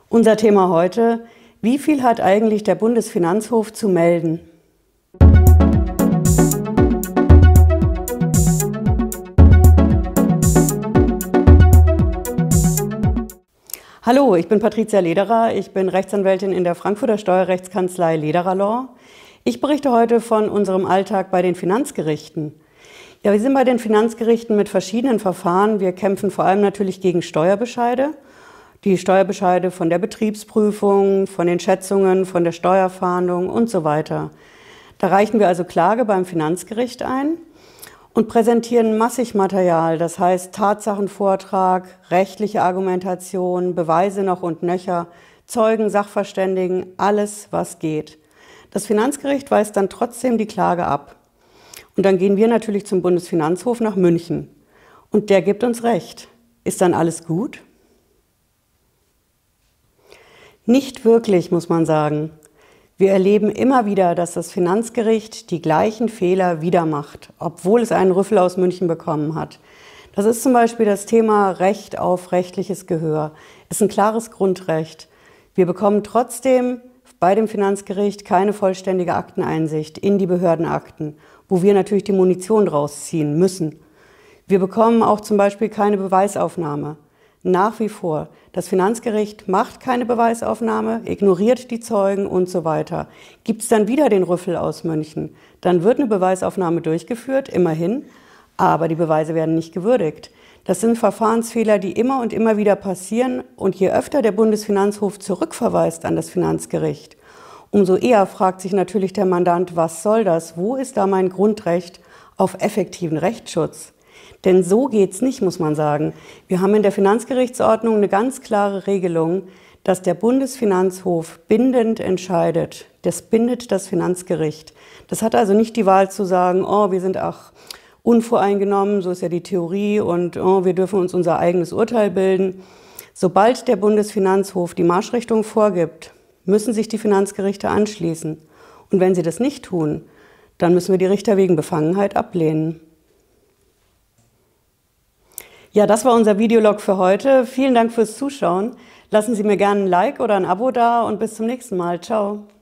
Unser Thema heute: Wie viel hat eigentlich der Bundesfinanzhof zu melden? Hallo, ich bin Patricia Lederer. Ich bin Rechtsanwältin in der Frankfurter Steuerrechtskanzlei Lederer Law. Ich berichte heute von unserem Alltag bei den Finanzgerichten. Ja, wir sind bei den Finanzgerichten mit verschiedenen Verfahren. Wir kämpfen vor allem natürlich gegen Steuerbescheide. Die Steuerbescheide von der Betriebsprüfung, von den Schätzungen, von der Steuerfahndung und so weiter. Da reichen wir also Klage beim Finanzgericht ein und präsentieren massig Material, das heißt Tatsachenvortrag, rechtliche Argumentation, Beweise noch und nöcher, Zeugen, Sachverständigen, alles, was geht. Das Finanzgericht weist dann trotzdem die Klage ab. Und dann gehen wir natürlich zum Bundesfinanzhof nach München. Und der gibt uns Recht. Ist dann alles gut? Nicht wirklich, muss man sagen. Wir erleben immer wieder, dass das Finanzgericht die gleichen Fehler wieder macht, obwohl es einen Rüffel aus München bekommen hat. Das ist zum Beispiel das Thema Recht auf rechtliches Gehör. Ist ein klares Grundrecht. Wir bekommen trotzdem bei dem Finanzgericht keine vollständige Akteneinsicht in die Behördenakten, wo wir natürlich die Munition draus ziehen müssen. Wir bekommen auch zum Beispiel keine Beweisaufnahme. Nach wie vor. Das Finanzgericht macht keine Beweisaufnahme, ignoriert die Zeugen und so weiter. Gibt es dann wieder den Rüffel aus München, dann wird eine Beweisaufnahme durchgeführt, immerhin, aber die Beweise werden nicht gewürdigt. Das sind Verfahrensfehler, die immer und immer wieder passieren, und je öfter der Bundesfinanzhof zurückverweist an das Finanzgericht, umso eher fragt sich natürlich der Mandant, was soll das? Wo ist da mein Grundrecht auf effektiven Rechtsschutz? Denn so geht's nicht, muss man sagen. Wir haben in der Finanzgerichtsordnung eine ganz klare Regelung, dass der Bundesfinanzhof bindend entscheidet. Das bindet das Finanzgericht. Das hat also nicht die Wahl zu sagen, oh, wir sind unvoreingenommen, so ist ja die Theorie, und oh, wir dürfen uns unser eigenes Urteil bilden. Sobald der Bundesfinanzhof die Marschrichtung vorgibt, müssen sich die Finanzgerichte anschließen. Und wenn sie das nicht tun, dann müssen wir die Richter wegen Befangenheit ablehnen. Ja, das war unser Videolog für heute. Vielen Dank fürs Zuschauen. Lassen Sie mir gerne ein Like oder ein Abo da und bis zum nächsten Mal. Ciao.